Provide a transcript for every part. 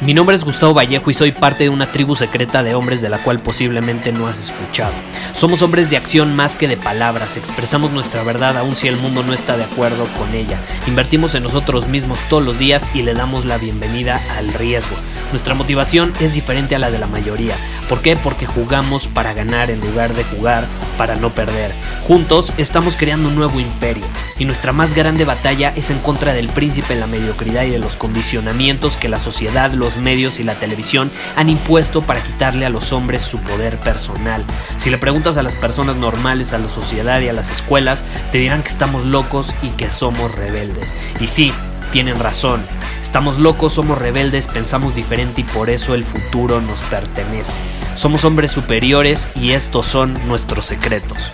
Mi nombre es Gustavo Vallejo y soy parte de una tribu secreta de hombres de la cual posiblemente no has escuchado. Somos hombres de acción más que de palabras, expresamos nuestra verdad aun si el mundo no está de acuerdo con ella. Invertimos en nosotros mismos todos los días y le damos la bienvenida al riesgo. Nuestra motivación es diferente a la de la mayoría. ¿Por qué? Porque jugamos para ganar en lugar de jugar para no perder. Juntos estamos creando un nuevo imperio y nuestra más grande batalla es en contra del príncipe en la mediocridad y de los condicionamientos que la sociedad, los medios y la televisión han impuesto para quitarle a los hombres su poder personal. Si le preguntas a las personas normales, a la sociedad y a las escuelas, te dirán que estamos locos y que somos rebeldes. Y sí, tienen razón. Estamos locos, somos rebeldes, pensamos diferente y por eso el futuro nos pertenece. Somos hombres superiores y estos son nuestros secretos.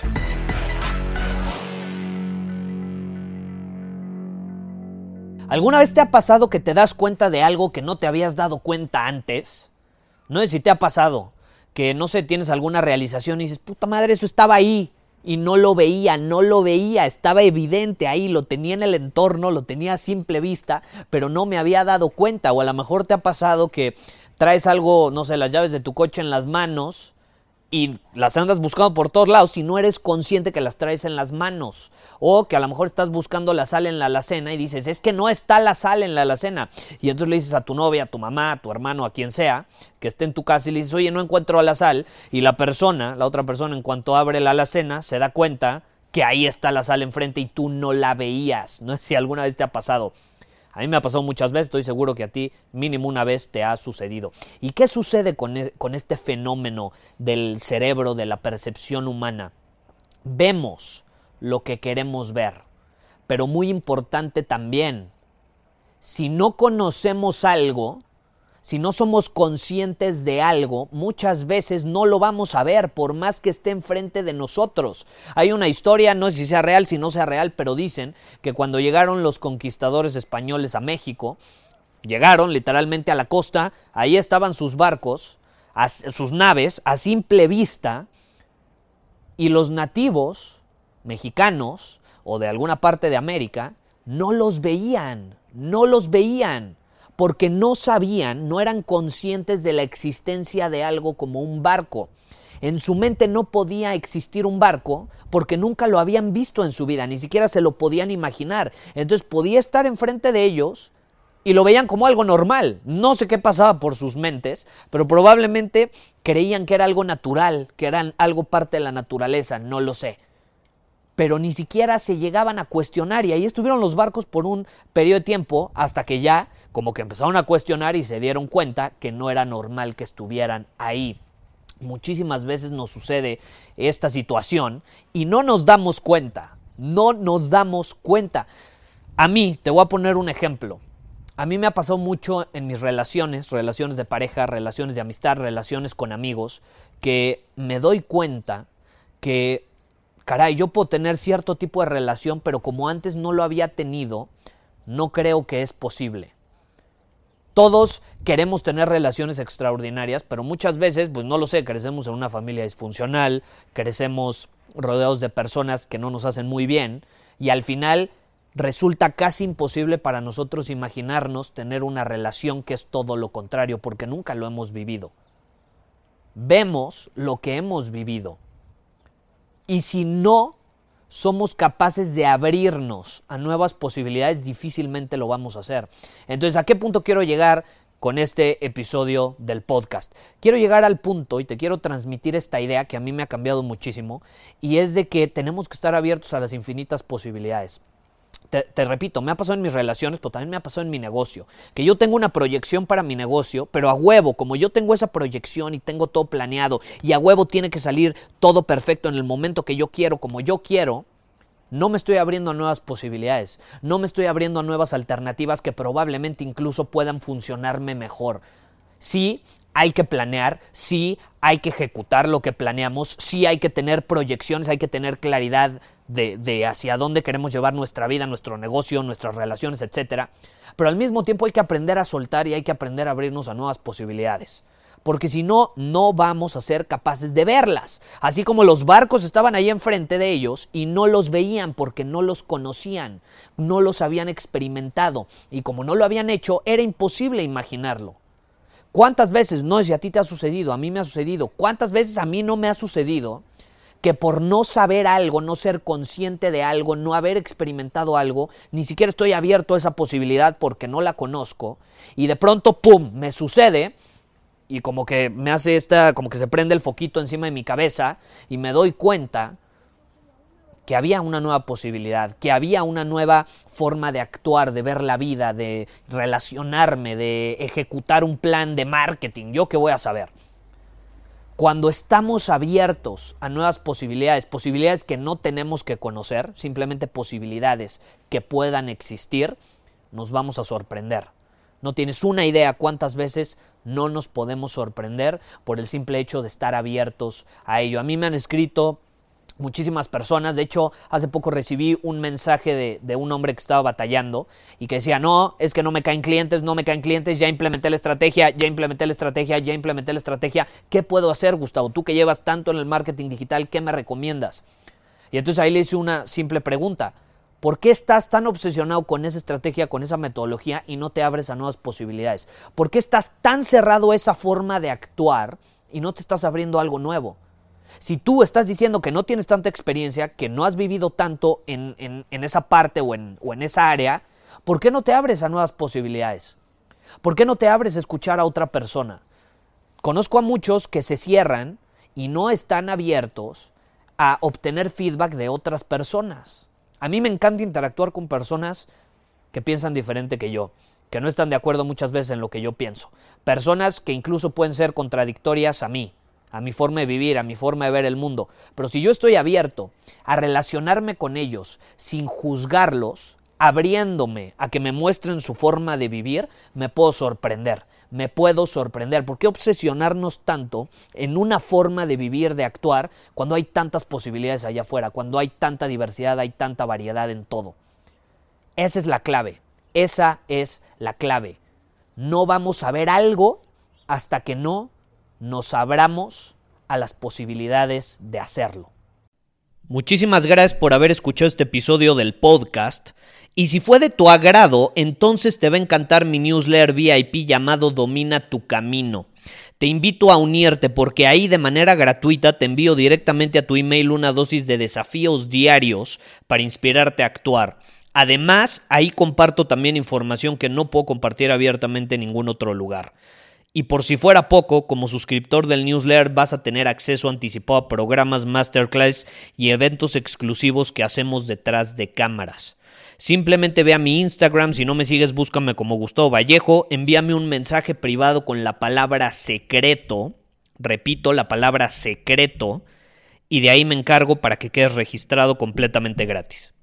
¿Alguna vez te ha pasado que te das cuenta de algo que no te habías dado cuenta antes? No sé si te ha pasado que, no sé, tienes alguna realización y dices, puta madre, eso estaba ahí. Y no lo veía, estaba evidente ahí, lo tenía en el entorno, lo tenía a simple vista, pero no me había dado cuenta. O a lo mejor te ha pasado que traes algo, no sé, las llaves de tu coche en las manos y las andas buscando por todos lados y no eres consciente que las traes en las manos. O que a lo mejor estás buscando la sal en la alacena y dices, es que no está la sal en la alacena. Y entonces le dices a tu novia, a tu mamá, a tu hermano, a quien sea, que esté en tu casa y le dices, oye, no encuentro la sal. Y la otra persona, en cuanto abre la alacena, se da cuenta que ahí está la sal enfrente y tú no la veías. No sé si alguna vez te ha pasado. A mí me ha pasado muchas veces, estoy seguro que a ti mínimo una vez te ha sucedido. ¿Y qué sucede con este fenómeno del cerebro, de la percepción humana? Vemos lo que queremos ver, pero muy importante también, si no conocemos algo, si no somos conscientes de algo, muchas veces no lo vamos a ver por más que esté enfrente de nosotros. Hay una historia, no sé si sea real, si no sea real, pero dicen que cuando llegaron los conquistadores españoles a México, llegaron literalmente a la costa, ahí estaban sus barcos, sus naves a simple vista, y los nativos mexicanos o de alguna parte de América no los veían, porque no sabían, no eran conscientes de la existencia de algo como un barco. En su mente no podía existir un barco porque nunca lo habían visto en su vida, ni siquiera se lo podían imaginar. Entonces podía estar enfrente de ellos y lo veían como algo normal. No sé qué pasaba por sus mentes, pero probablemente creían que era algo natural, que era algo parte de la naturaleza, no lo sé. Pero ni siquiera se llegaban a cuestionar y ahí estuvieron los barcos por un periodo de tiempo hasta que ya como que empezaron a cuestionar y se dieron cuenta que no era normal que estuvieran ahí. Muchísimas veces nos sucede esta situación y no nos damos cuenta. A mí, te voy a poner un ejemplo. A mí me ha pasado mucho en mis relaciones de pareja, relaciones de amistad, relaciones con amigos, que me doy cuenta que, caray, yo puedo tener cierto tipo de relación, pero como antes no lo había tenido, no creo que es posible. Todos queremos tener relaciones extraordinarias, pero muchas veces, pues no lo sé, crecemos en una familia disfuncional, crecemos rodeados de personas que no nos hacen muy bien y al final resulta casi imposible para nosotros imaginarnos tener una relación que es todo lo contrario, porque nunca lo hemos vivido. Vemos lo que hemos vivido. Y si no somos capaces de abrirnos a nuevas posibilidades, difícilmente lo vamos a hacer. Entonces, ¿a qué punto quiero llegar con este episodio del podcast? Quiero llegar al punto y te quiero transmitir esta idea que a mí me ha cambiado muchísimo y es de que tenemos que estar abiertos a las infinitas posibilidades. Te repito, me ha pasado en mis relaciones, pero también me ha pasado en mi negocio. Que yo tengo una proyección para mi negocio, pero a huevo, como yo tengo esa proyección y tengo todo planeado, y a huevo tiene que salir todo perfecto en el momento que yo quiero, como yo quiero, no me estoy abriendo a nuevas posibilidades, no me estoy abriendo a nuevas alternativas que probablemente incluso puedan funcionarme mejor. Sí, hay que planear, sí, hay que ejecutar lo que planeamos, sí hay que tener proyecciones, hay que tener claridad de hacia dónde queremos llevar nuestra vida, nuestro negocio, nuestras relaciones, etcétera. Pero al mismo tiempo hay que aprender a soltar y hay que aprender a abrirnos a nuevas posibilidades. Porque si no, no vamos a ser capaces de verlas. Así como los barcos estaban ahí enfrente de ellos y no los veían porque no los conocían, no los habían experimentado. Y como no lo habían hecho, era imposible imaginarlo. ¿Cuántas veces, no, si a ti te ha sucedido, a mí me ha sucedido, cuántas veces a mí no me ha sucedido que por no saber algo, no ser consciente de algo, no haber experimentado algo, ni siquiera estoy abierto a esa posibilidad porque no la conozco, y de pronto, ¡pum!, me sucede, y como que me hace como que se prende el foquito encima de mi cabeza, y me doy cuenta que había una nueva posibilidad, que había una nueva forma de actuar, de ver la vida, de relacionarme, de ejecutar un plan de marketing. ¿Yo qué voy a saber? Cuando estamos abiertos a nuevas posibilidades, posibilidades que no tenemos que conocer, simplemente posibilidades que puedan existir, nos vamos a sorprender. No tienes una idea cuántas veces no nos podemos sorprender por el simple hecho de estar abiertos a ello. A mí me han escrito muchísimas personas. De hecho, hace poco recibí un mensaje de un hombre que estaba batallando y que decía, no, es que no me caen clientes, ya implementé la estrategia, ¿qué puedo hacer, Gustavo? Tú que llevas tanto en el marketing digital, ¿qué me recomiendas? Y entonces ahí le hice una simple pregunta. ¿Por qué estás tan obsesionado con esa estrategia, con esa metodología y no te abres a nuevas posibilidades? ¿Por qué estás tan cerrado a esa forma de actuar y no te estás abriendo a algo nuevo? Si tú estás diciendo que no tienes tanta experiencia, que no has vivido tanto en esa parte o en esa área, ¿por qué no te abres a nuevas posibilidades? ¿Por qué no te abres a escuchar a otra persona? Conozco a muchos que se cierran y no están abiertos a obtener feedback de otras personas. A mí me encanta interactuar con personas que piensan diferente que yo, que no están de acuerdo muchas veces en lo que yo pienso. Personas que incluso pueden ser contradictorias a mí, a mi forma de vivir, a mi forma de ver el mundo. Pero si yo estoy abierto a relacionarme con ellos sin juzgarlos, abriéndome a que me muestren su forma de vivir, me puedo sorprender. ¿Por qué obsesionarnos tanto en una forma de vivir, de actuar, cuando hay tantas posibilidades allá afuera, cuando hay tanta diversidad, hay tanta variedad en todo? Esa es la clave. No vamos a ver algo hasta que no nos abramos a las posibilidades de hacerlo. Muchísimas gracias por haber escuchado este episodio del podcast. Y si fue de tu agrado, entonces te va a encantar mi newsletter VIP llamado Domina tu Camino. Te invito a unirte porque ahí de manera gratuita te envío directamente a tu email una dosis de desafíos diarios para inspirarte a actuar. Además, ahí comparto también información que no puedo compartir abiertamente en ningún otro lugar. Y por si fuera poco, como suscriptor del newsletter vas a tener acceso anticipado a programas, masterclass y eventos exclusivos que hacemos detrás de cámaras. Simplemente ve a mi Instagram, si no me sigues búscame como Gustavo Vallejo, envíame un mensaje privado con la palabra secreto, repito, la palabra secreto, y de ahí me encargo para que quedes registrado completamente gratis.